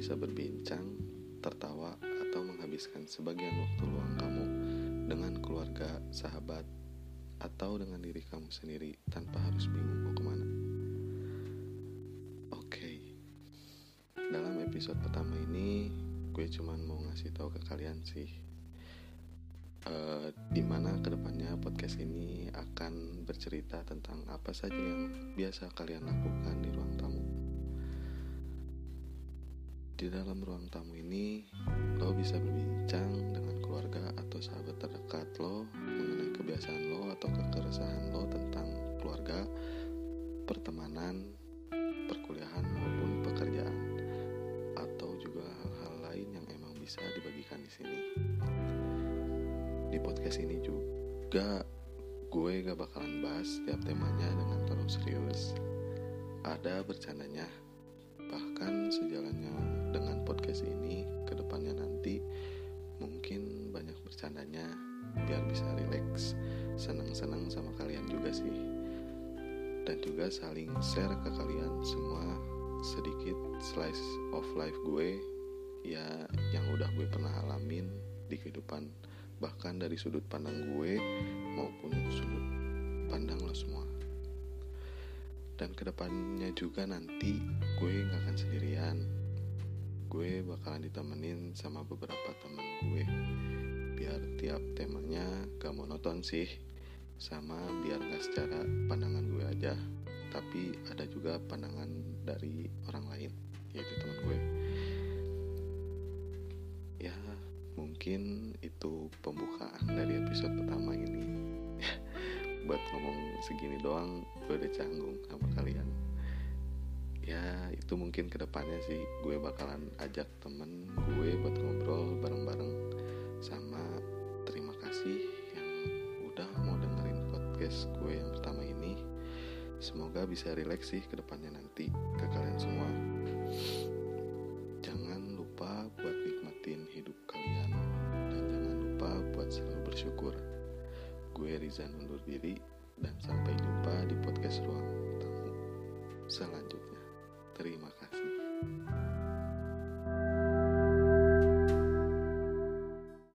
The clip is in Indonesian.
bisa berbincang, tertawa, atau menghabiskan sebagian waktu luang kamu dengan keluarga, sahabat, atau dengan diri kamu sendiri tanpa harus bingung mau kemana. Oke, dalam episode pertama ini gue cuman mau ngasih tahu ke kalian sih, dimana kedepannya podcast ini akan bercerita tentang apa saja yang biasa kalian lakukan di ruang tamu. Di dalam ruang tamu ini, lo bisa berbincang dengan keluarga atau sahabat terdekat lo mengenai kebiasaan lo atau keresahan lo tentang keluarga, pertemanan, perkuliahan maupun pekerjaan, atau juga hal-hal lain yang emang bisa dibagikan di sini. Di podcast ini juga gue gak bakalan bahas setiap temanya dengan terlalu serius. Ada bercandanya. Bahkan sejalannya dengan podcast ini, kedepannya nanti mungkin banyak bercandanya biar bisa rileks, senang-senang sama kalian juga sih. Dan juga saling share ke kalian semua sedikit slice of life gue, ya yang udah gue pernah alamin di kehidupan, bahkan dari sudut pandang gue maupun sudut pandang lo semua. Dan kedepannya juga nanti gue gak akan sendirian. Gue bakalan ditemenin sama beberapa teman gue, biar tiap temanya gak monoton sih, sama biar gak secara pandangan gue aja, tapi ada juga pandangan dari orang lain, yaitu teman gue. Ya mungkin itu pembukaan dari episode pertama ini. Buat ngomong segini doang gue udah canggung sama kalian. Ya itu mungkin kedepannya sih gue bakalan ajak temen gue buat ngobrol bareng-bareng. Sama terima kasih yang udah mau dengerin podcast gue yang pertama ini. Semoga bisa rileks sih kedepannya nanti ke kalian semua. Jangan lupa buat nikmatin hidup kalian, dan jangan lupa buat selalu bersyukur. Gue Rizan undur diri, dan sampai jumpa di podcast Ruang Tamu selanjutnya. Terima kasih.